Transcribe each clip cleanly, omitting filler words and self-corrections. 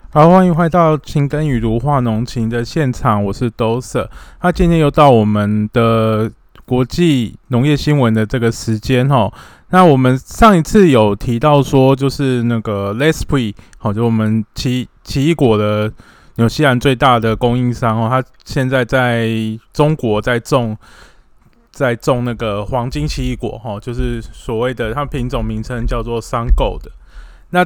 好，欢迎回到情根与如画浓情的现场，我是 Doser。那今天又到我们的国际农业新闻的这个时间哈。那我们上一次有提到说，就是那个 Lespre， 好，就我们奇异果的纽西兰最大的供应商哦，它现在在中国在种那个黄金奇异果哈，就是所谓的它品种名称叫做 Sun Gold。那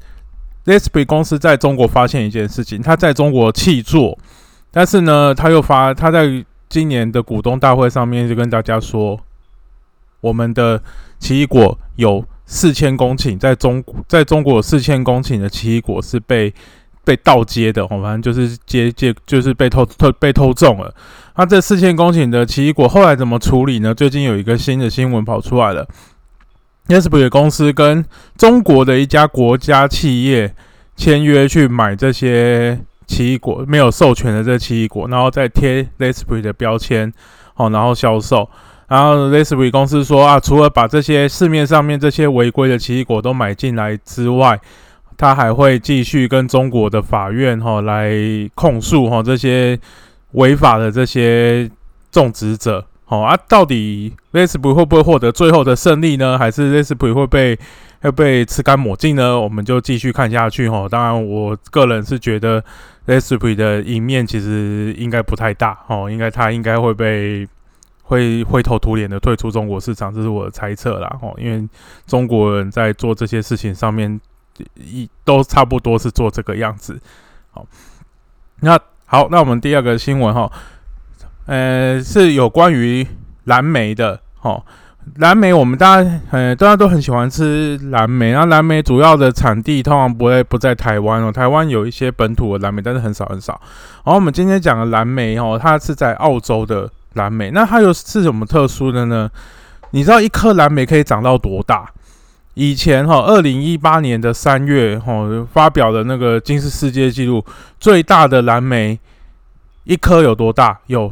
Lespre 公司在中国发现一件事情，他在中国契作，但是呢，他在今年的股东大会上面就跟大家说，我们的奇异果有4000公顷，在中国有4000公顷的奇异果是被盗接的，反正就是就是被偷种了。那这4000公顷的奇异果后来怎么处理呢？最近有一个新的新闻跑出来了。Lespre 公司跟中国的一家国家企业签约去买这些奇异果，没有授权的这奇异果，然后再贴 Lespre 的标签，然后销售。然后 Lespre 公司说啊，除了把这些市面上面这些违规的奇异果都买进来之外，他还会继续跟中国的法院来控诉这些违法的这些种植者。到底 Lespre 会不会获得最后的胜利呢？还是 Lespre 会被吃干抹净呢？我们就继续看下去。当然，我个人是觉得 Lespre 的赢面其实应该不太大。他应该会灰头土脸的退出中国市场，这是我的猜测啦。因为中国人在做这些事情上面都差不多是做这个样子。那我们第二个新闻是有关于蓝莓的。蓝莓我们大家都很喜欢吃蓝莓，那蓝莓主要的产地通常不在台湾台湾有一些本土的蓝莓，但是很少。然后我们今天讲的蓝莓它是在澳洲的蓝莓，那它又是什么特殊的呢？你知道一颗蓝莓可以长到多大？以前2018年的3月发表的那个金氏世界纪录，最大的蓝莓一颗有多大？有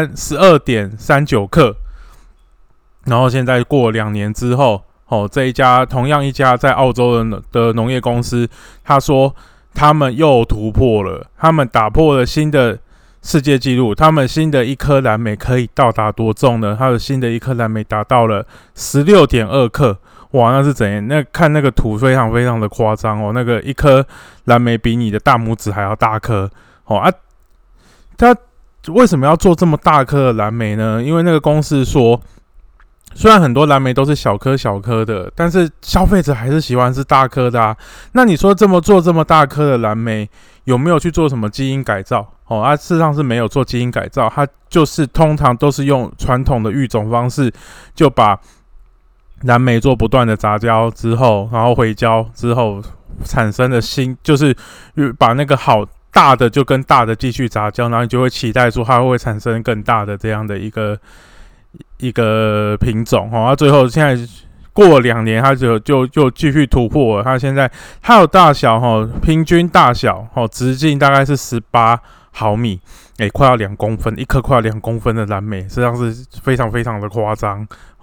12.39克。然后现在过2年之后，同样一家在澳洲的农业公司，他说他们又突破了，他们打破了新的世界纪录。他们新的一颗蓝莓可以到达多重呢？他的新的一颗蓝莓达到了16.2克。哇，那是怎样？那看那个图非常非常的夸张那个一颗蓝莓比你的大拇指还要大颗他为什么要做这么大颗的蓝莓呢？因为那个公司说，虽然很多蓝莓都是小颗小颗的，但是消费者还是喜欢吃大颗的啊。那你说这么大颗的蓝莓，有没有去做什么基因改造？事实上是没有做基因改造，它就是通常都是用传统的育种方式，就把蓝莓做不断的杂交之后，然后回交之后产生的就是把那个好大的就跟大的继续杂交，然后你就会期待说它会产生更大的这样的一个品种最后现在过了2年，它就继续突破了。它现在有大小平均大小直径大概是18毫米，快要2公分，一颗快要2公分的蓝莓，实际上是非常非常的夸张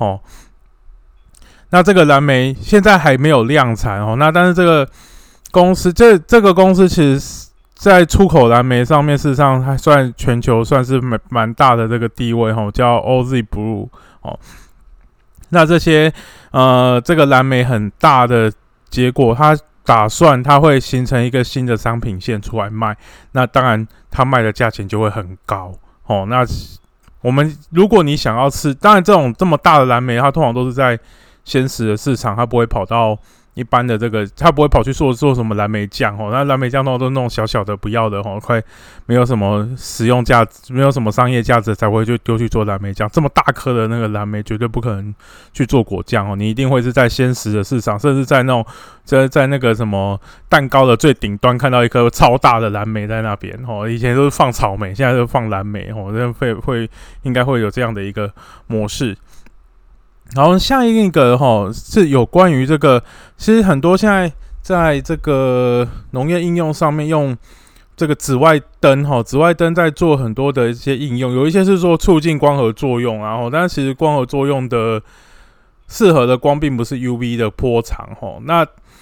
那这个蓝莓现在还没有量产那但是这个公司这个公司其实在出口蓝莓上面，事实上还算全球算是蛮大的这个地位叫 OZ Blue 那这些这个蓝莓很大的结果，他打算他会形成一个新的商品线出来卖，那当然他卖的价钱就会很高那如果你想要吃，当然这么大的蓝莓，它通常都是在鲜食的市场，它不会跑到一般的它不会跑去做什么蓝莓酱那蓝莓酱通常都是那种小小的不要的快没有什么实用价值，没有什么商业价值才会就丢去做蓝莓酱。这么大颗的那个蓝莓绝对不可能去做果酱你一定会是在鲜食的市场，甚至在那个什么蛋糕的最顶端看到一颗超大的蓝莓在那边以前都是放草莓，现在都放蓝莓应该会有这样的一个模式。然后下一个是有关于这个，其实很多现在在这个农业应用上面用这个紫外灯紫外灯在做很多的一些应用，有一些是说促进光合作用但是其实光合作用的适合的光并不是 UV 的波长那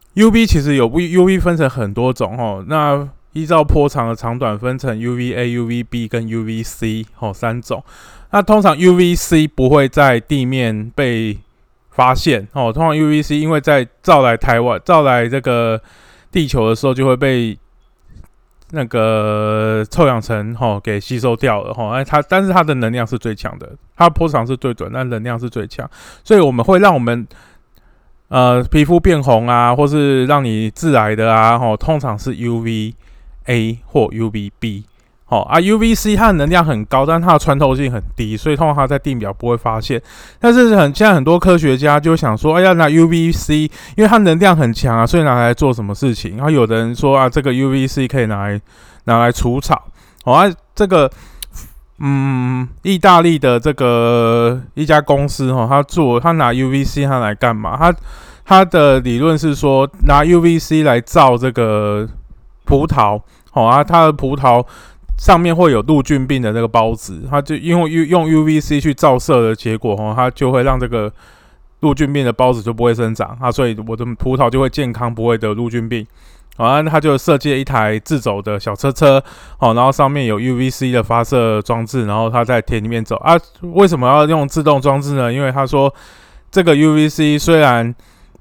UV 其实有 UV 分成很多种哦，那依照波长的长短分成 UVA、UVB 跟 UVC 3种。那通常 UVC 不会在地面被发现通常 UVC 因为在照来这个地球的时候就会被那个臭氧层给吸收掉了但是它的能量是最强的，它的波长是最短，但能量是最强，所以我们会让我们皮肤变红啊，或是让你致癌的啊通常是 UVA 或 UVB UVC 它的能量很高，但它的穿透性很低，所以通常它在地表不会发现。但是现在很多科学家就想说，要拿 UVC， 因为它能量很强啊，所以拿来做什么事情？然后有的人说这个 UVC 可以拿来除草这个意大利的这个一家公司他拿 UVC 他来干嘛？他的理论是说拿 UVC 来照这个葡萄它的葡萄上面会有陆菌病的这个孢子，它就用 UVC 去照射的结果它就会让这个陆菌病的孢子就不会生长所以我的葡萄就会健康，不会得陆菌病他就设计了一台自走的小车然后上面有 UVC 的发射装置，然后它在田里面走为什么要用自动装置呢？因为他说这个 UVC 虽然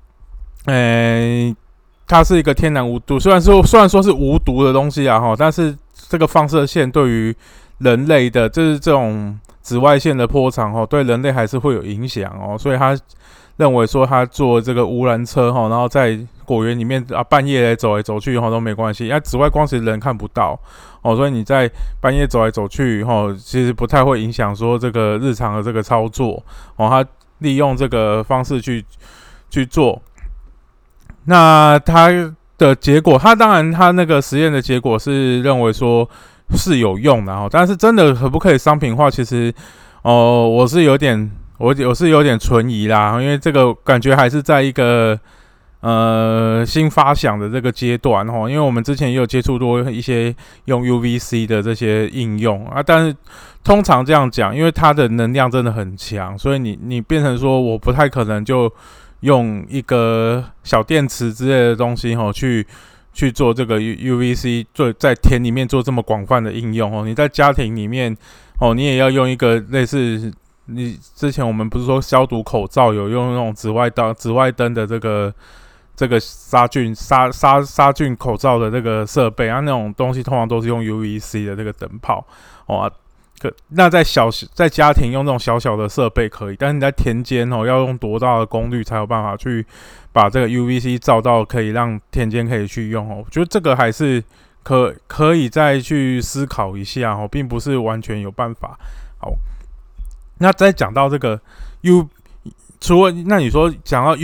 它是一个天然无毒，虽然说是无毒的东西但是这个放射线对于人类的就是这种紫外线的波长对人类还是会有影响所以他认为说他做这个无人车然后在果园里面半夜走来走去都没关系，因为紫外光其实人看不到所以你在半夜走来走去其实不太会影响说这个日常的这个操作他利用这个方式去做。那他的结果，当然他那个实验的结果是认为说是有用的但是真的可不可以商品化，其实我是有点存疑啦，因为这个感觉还是在一个新发想的这个阶段因为我们之前也有接触过一些用 UVC 的这些应用但是通常这样讲，因为它的能量真的很强，所以你变成说我不太可能就用一个小电池之类的东西去做这个 UVC， 在田里面做这么广泛的应用你在家庭里面你也要用一个类似你之前我们不是说消毒口罩有用那种紫外灯的这个杀菌口罩的这个设备那种东西通常都是用 UVC 的这个灯泡那在家庭用这种小小的设备可以，但是你在田间要用多大的功率才有办法去把这个 UVC 照到可以让田间可以去用我觉得这个还是可以再去思考一下并不是完全有办法。好，那再讲到这个除了那你说讲到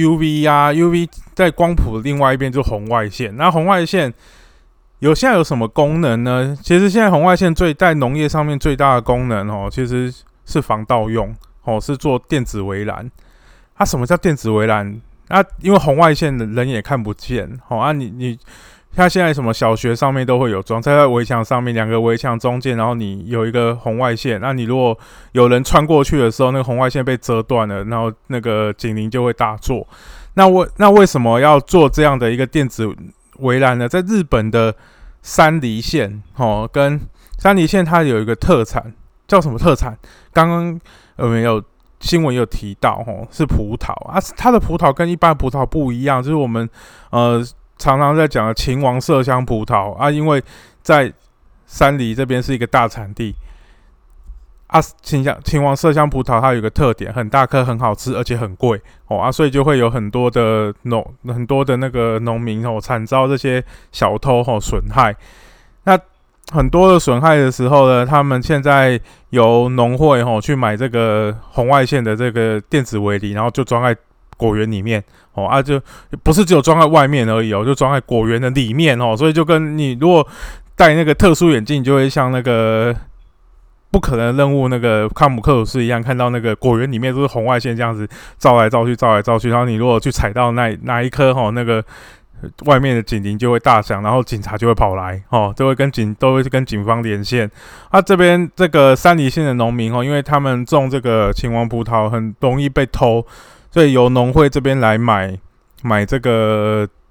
UV 在光谱的另外一边就是红外线，那红外线现在有什么功能呢？其实现在红外线在农业上面最大的功能其实是防盗用是做电子围栏什么叫电子围栏因为红外线的人也看不见你像现在什么小学上面都会有装在围墙上面，两个围墙中间，然后你有一个红外线，那你如果有人穿过去的时候，那个红外线被遮断了，然后那个警铃就会大作。那为什么要做这样的一个电子围栏呢？在日本的山梨县跟山梨县它有一个特产，叫什么特产？刚刚有新闻有提到是葡萄它的葡萄跟一般的葡萄不一样，就是我们常常在讲的秦王麝香葡萄因为在山梨这边是一个大产地秦王麝香葡萄它有一个特点，很大颗，很好吃，而且很贵所以就会有很多的那个农民惨遭这些小偷损害。那很多的损害的时候呢，他们现在由农会去买这个红外线的这个电子围篱，然后就装在果园里面就不是只有装在外面而已就装在果园的里面所以就跟你如果戴那个特殊眼镜，就会像那个不可能任务那个康姆克鲁斯一样，看到那个果园里面都是红外线这样子照来照去，然后你如果去踩到那一颗那个外面的警铃就会大响，然后警察就会跑来都会跟警方连线这边这个山梨县的农民因为他们种这个秦王葡萄很容易被偷，所以由农会这边来买这个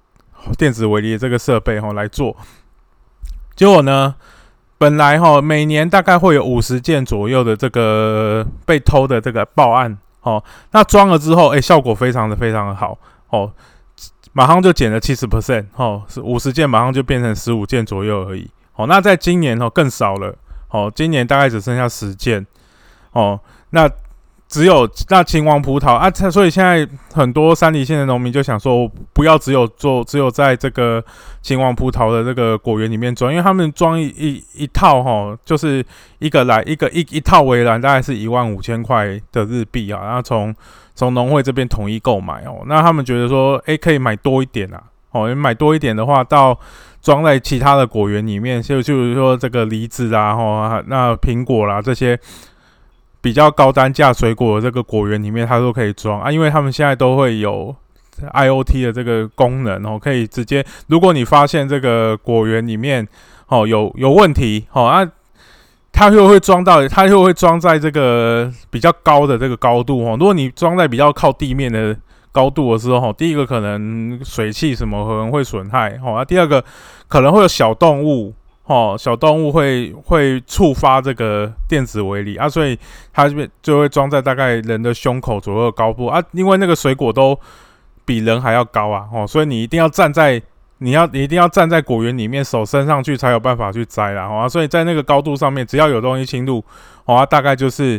电子微粒这个设备来做。结果呢，本来每年大概会有50件左右的这个被偷的这个报案，那装了之后，效果非常的好，马上就减了70%，是50件马上就变成15件左右而已，那在今年更少了，今年大概只剩下10件，那只有那秦王葡萄啊，所以现在很多山梨县的农民就想说，不要只有在这个秦王葡萄的这个果园里面装，因为他们装一套就是一套围栏大概是15000块的日币啊，然后从农会这边统一购买那他们觉得说，可以买多一点啊，买多一点的话，到装在其他的果园里面，就是说这个梨子啊，那苹果啦这些。比较高单价水果的这个果园里面，它都可以装啊，因为他们现在都会有 IoT 的这个功能可以直接，如果你发现这个果园里面有问题它又会装在这个比较高的这个高度如果你装在比较靠地面的高度的时候第一个可能水汽什么可能会损害第二个可能会有小动物。小动物会触发这个电子微粒啊，所以它就会装在大概人的胸口左右的高度啊，因为那个水果都比人还要高啊，所以你一定要站在果园里面，手伸上去才有办法去摘啦，所以在那个高度上面，只要有东西侵入，大概就是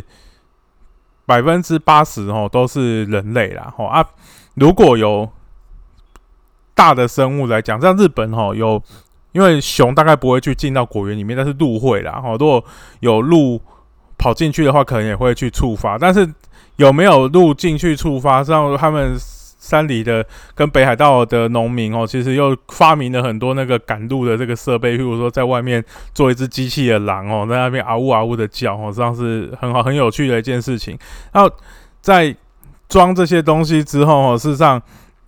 80%都是人类啦，如果有大的生物来讲，像日本有。因为熊大概不会去进到果园里面，但是鹿会啦。如果有鹿跑进去的话，可能也会去触发。但是有没有鹿进去触发，让他们山里的跟北海道的农民其实又发明了很多那个赶鹿的这个设备，譬如说在外面做一只机器的狼在那边嗷呜嗷呜的叫这样是很有趣的一件事情。然后在装这些东西之后事实上，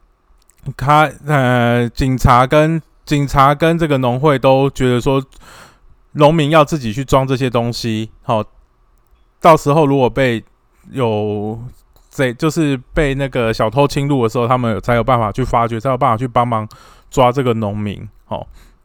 警察跟这个农会都觉得说，农民要自己去装这些东西，到时候如果就是被那个小偷侵入的时候，他们才有办法去发觉，才有办法去帮忙抓这个农民。好，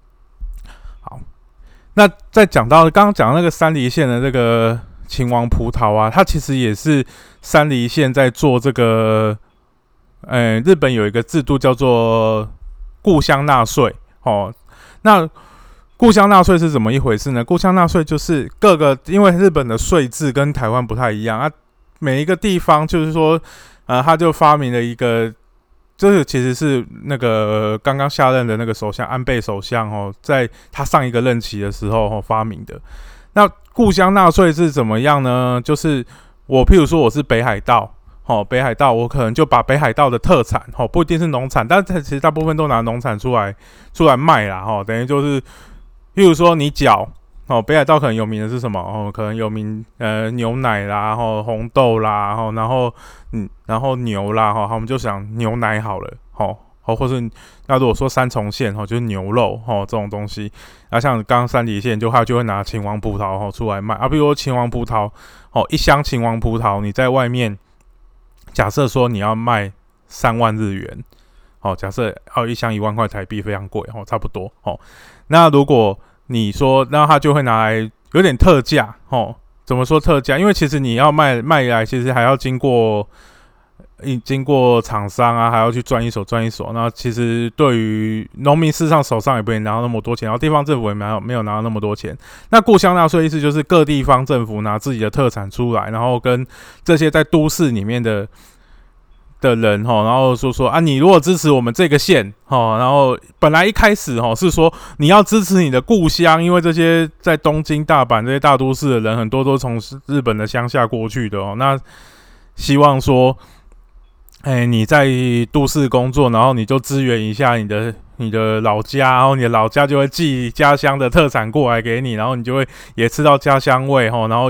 那再讲到刚刚讲那个山梨县的这个秦王葡萄啊，它其实也是山梨县在做这个，日本有一个制度叫做故乡纳税。那故乡纳税是怎么一回事呢？故乡纳税就是因为日本的税制跟台湾不太一样啊，每一个地方就是说，他就发明了一个，这个其实是那个刚刚下任的那个首相安倍首相在他上一个任期的时候发明的。那故乡纳税是怎么样呢？就是譬如说我是北海道。北海道我可能就把北海道的特产不一定是农产，但是其实大部分都拿农产出来卖啦等于就是譬如说你饺北海道可能有名的是什么可能有名牛奶啦红豆啦然后牛啦我们就想牛奶好了或是那如果说三重县就是牛肉这种东西，那像刚刚山梨县他就会拿秦王葡萄出来卖啊，比如说秦王葡萄一箱秦王葡萄你在外面假设说你要卖3万日元，假设一箱1万块台币非常贵差不多那如果你说，那他就会拿来有点特价怎么说特价？因为其实你要卖来，其实还要经过厂商啊，还要去赚一手。那其实对于农民事实上手上也不会拿到那么多钱，然后地方政府也没有拿到那么多钱。那故乡纳税意思就是各地方政府拿自己的特产出来，然后跟这些在都市里面的人然后说啊，你如果支持我们这个县然后本来一开始是说你要支持你的故乡，因为这些在东京、大阪这些大都市的人很多都从日本的乡下过去的那希望说。你在都市工作，然后你就支援一下你的老家，然后你的老家就会寄家乡的特产过来给你，然后你就会也吃到家乡味然后又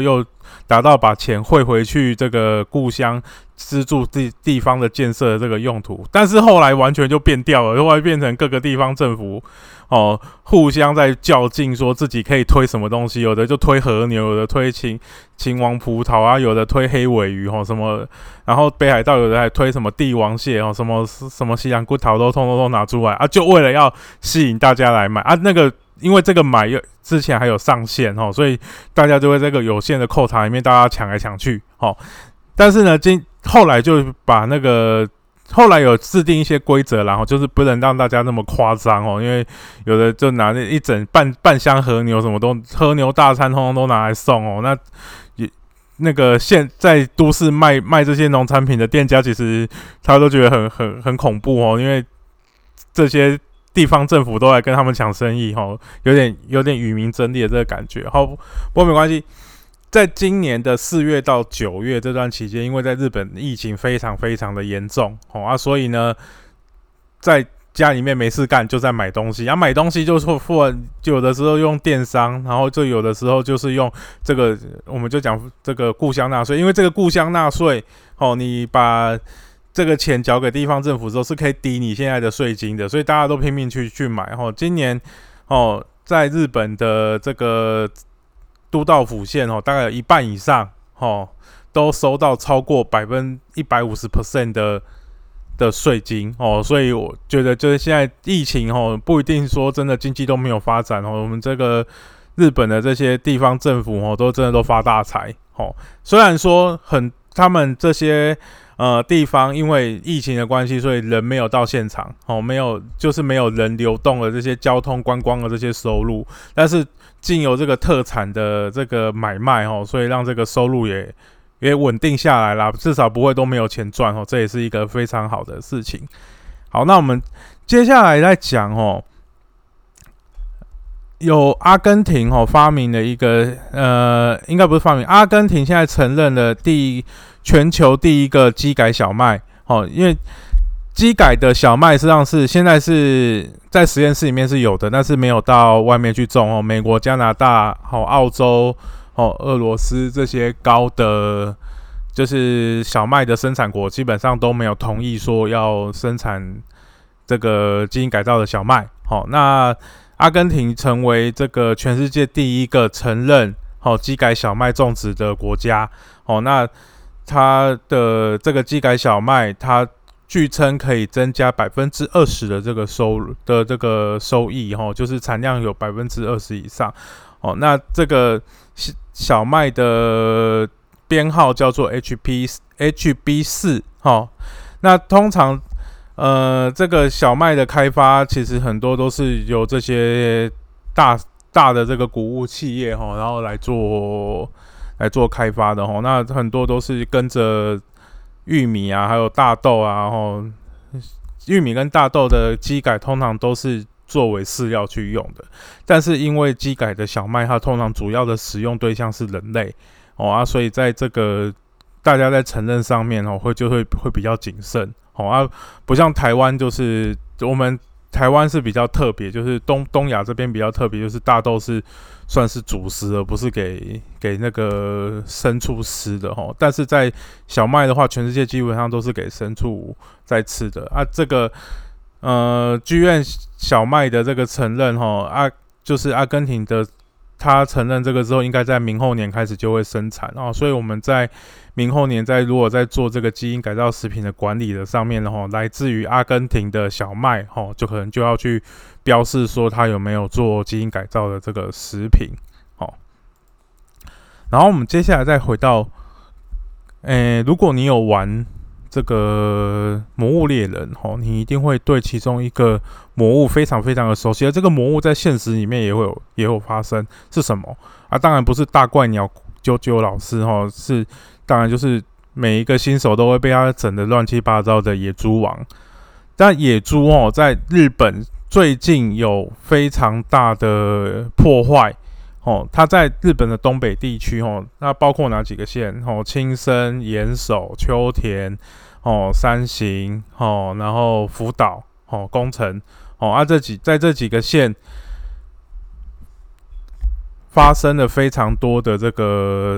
达到把钱汇回去这个故乡资助地方的建设的这个用途。但是后来完全就变掉了，后来变成各个地方政府互相在较劲，说自己可以推什么东西，有的就推和牛，有的推秦王葡萄啊，有的推黑尾鱼什么，然后北海道有的还推什么帝王蟹什么西洋骨头都通通都拿出来啊，就为了要吸引大家来买啊。那个因为这个买之前还有上限所以大家就会在这个有限的扣塔里面大家抢来抢去但是呢后来就把那个后来有制定一些规则，然后就是不能让大家那么夸张因为有的就拿一整半箱和牛，什么都和牛大餐，通通都拿来送那那个现在都市卖这些农产品的店家，其实他都觉得很恐怖因为这些地方政府都来跟他们抢生意有点与民争利的这个感觉不过没关系。在今年的4月到9月这段期间，因为在日本疫情非常非常的严重所以呢，在家里面没事干就在买东西买东西就有的时候用电商，然后就有的时候就是用这个我们就讲这个故乡纳税，因为这个故乡纳税你把这个钱缴给地方政府之后是可以抵你现在的税金的，所以大家都拼命去买今年在日本的这个都道府县大概有一半以上都收到超过150% 的税金所以我觉得就是现在疫情不一定说真的经济都没有发展我们这个日本的这些地方政府都真的都发大财虽然说他们这些地方因为疫情的关系，所以人没有到现场没有人流动的这些交通观光的这些收入，但是经由这个特产的这个买卖所以让这个收入也稳定下来啦，至少不会都没有钱赚这也是一个非常好的事情。好，那我们接下来再讲有阿根廷发明了一个应该不是发明，阿根廷现在承认了全球第一个基改小麦因为基改的小麦实际上是现在是在实验室里面是有的，但是没有到外面去种美国、加拿大、澳洲、俄罗斯这些高的就是小麦的生产国，基本上都没有同意说要生产这个基因改造的小麦那阿根廷成为这个全世界第一个承认基改小麦种植的国家那它的这个基改小麦，它据称可以增加20%的这个收益就是产量有20%以上那这个小麦的编号叫做 HB4 那通常这个小麦的开发其实很多都是由这些大的这个谷物企业然后来做开发的那很多都是跟着玉米啊还有大豆啊玉米跟大豆的基改通常都是作为饲料去用的，但是因为基改的小麦它通常主要的使用对象是人类所以在这个大家在承认上面会比较谨慎不像台湾，就是我们台湾是比较特别，就是东亚这边比较特别，就是大豆是算是主食，而不是给那个牲畜吃的但是在小麦的话，全世界基本上都是给牲畜在吃的这个剧院小麦的这个承认就是阿根廷的，他承认这个之后，应该在明后年开始就会生产所以我们在明后年如果在做这个基因改造食品的管理的上面来自于阿根廷的小麦就可能就要去标示说它有没有做基因改造的这个食品然后我们接下来再回到如果你有玩这个魔物猎人你一定会对其中一个魔物非常非常的熟悉，而这个魔物在现实里面也有发生，是什么当然不是大怪鸟啾啾老师是当然就是每一个新手都会被他整得乱七八糟的野猪王。但野猪在日本最近有非常大的破坏它在日本的东北地区那包括哪几个县青森、岩手、秋田山形然后福岛宫城在这几个县发生了非常多的这个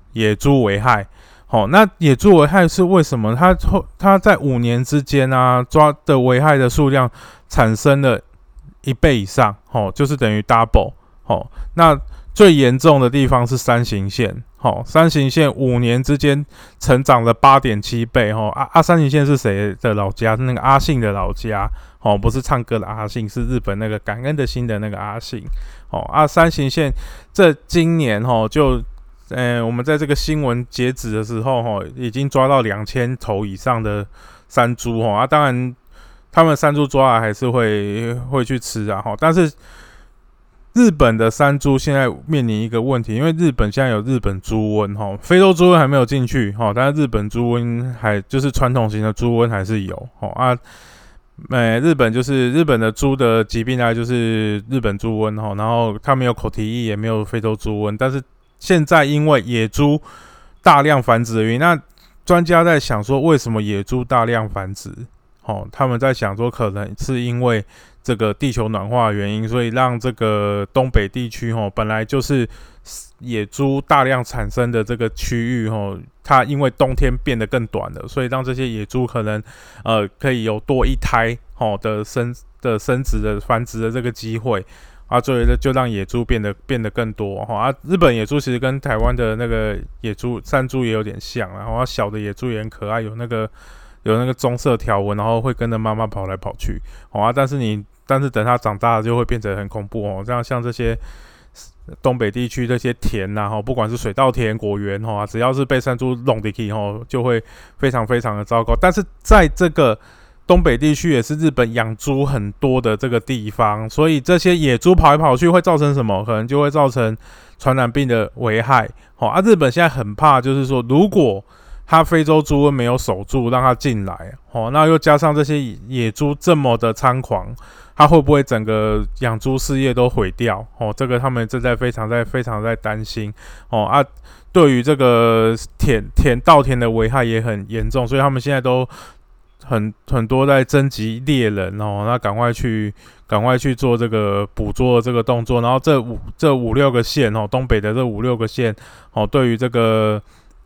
野猪危害。那野猪危害是为什么？它在5年之间啊，抓的危害的数量产生了1倍以上，就是等于 double。那最严重的地方是山形县，山形县5年之间成长了8.7倍。山形县是谁的老家？是那个阿信的老家，不是唱歌的阿信，是日本那个感恩的心的那个阿信。山形县今年就我们在这个新闻截止的时候，已经抓到2000头以上的山猪，当然他们山猪抓来还是会去吃啊，但是日本的山猪现在面临一个问题，因为日本现在有日本猪瘟，非洲猪瘟还没有进去，但是日本猪瘟就是传统型的猪瘟还是有，日本的猪的疾病大概就是日本猪瘟，然后它没有口蹄疫，也没有非洲猪瘟，但是现在因为野猪大量繁殖的原因，那专家在想说为什么野猪大量繁殖？他们在想说可能是因为这个地球暖化的原因，所以让这个东北地区本来就是野猪大量产生的这个区域它因为冬天变得更短了，所以让这些野猪可能可以有多一胎的生殖的繁殖的这个机会。所以就让野猪变得更多日本野猪其实跟台湾的那个山猪也有点像，然后小的野猪也很可爱，有那个棕色条纹，然后会跟着妈妈跑来跑去但是等它长大了就会变得很恐怖这样像这些东北地区这些田不管是水稻田、果园只要是被山猪弄进去就会非常非常的糟糕。但是在这个东北地区也是日本养猪很多的这个地方，所以这些野猪跑来跑去会造成什么？可能就会造成传染病的危害。日本现在很怕，就是说如果它非洲猪瘟没有守住，让它进来，那又加上这些野猪这么的猖狂，它会不会整个养猪事业都毁掉？这个他们正在非常在担心。对于这个稻田的危害也很严重，所以他们现在都很多在征集猎人那赶快去做这个捕捉的这个动作，然后这5-6个县东北的这5-6个县对于这个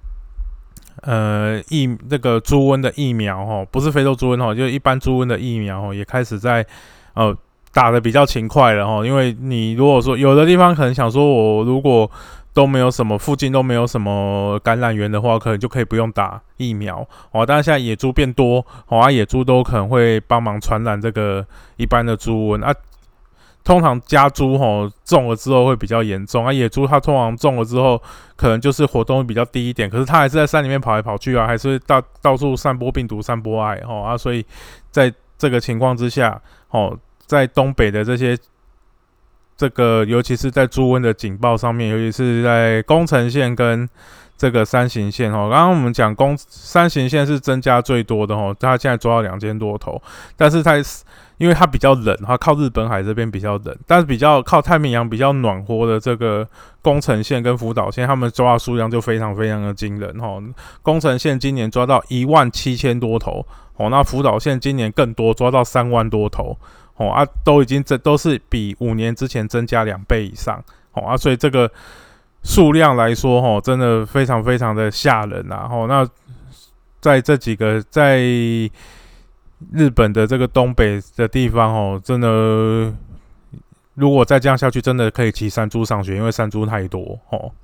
这个猪瘟的疫苗不是非洲猪瘟就一般猪瘟的疫苗也开始在打得比较勤快了因为你如果说有的地方可能想说我如果都没有什么附近都没有什么感染源的话，可能就可以不用打疫苗但是现在野猪变多野猪都可能会帮忙传染这个一般的猪瘟通常家猪中了之后会比较严重野猪它通常中了之后可能就是活动比较低一点，可是它还是在山里面跑来跑去还是会到处散播病毒、散播爱所以在这个情况之下在东北的这个尤其是在猪瘟的警报上面，尤其是在宫城县跟这个山形县刚刚我们讲山形县是增加最多的它现在抓到2000多头，但是因为它比较冷，它靠日本海这边比较冷，但是比较靠太平洋比较暖和的这个宫城县跟福岛县，他们抓的数量就非常非常的惊人宫城县今年抓到17000多头那福岛县今年更多，抓到3万多头都是比5年之前增加2倍以上所以这个数量来说真的非常非常的吓人那在这几个在日本的这个东北的地方真的如果再这样下去，真的可以骑山猪上学，因为山猪太多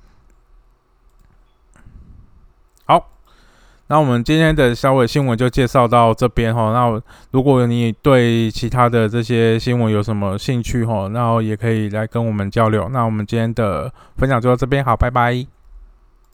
好，那我们今天的小伟新闻就介绍到这边那如果你对其他的这些新闻有什么兴趣那也可以来跟我们交流。那我们今天的分享就到这边，好，拜拜。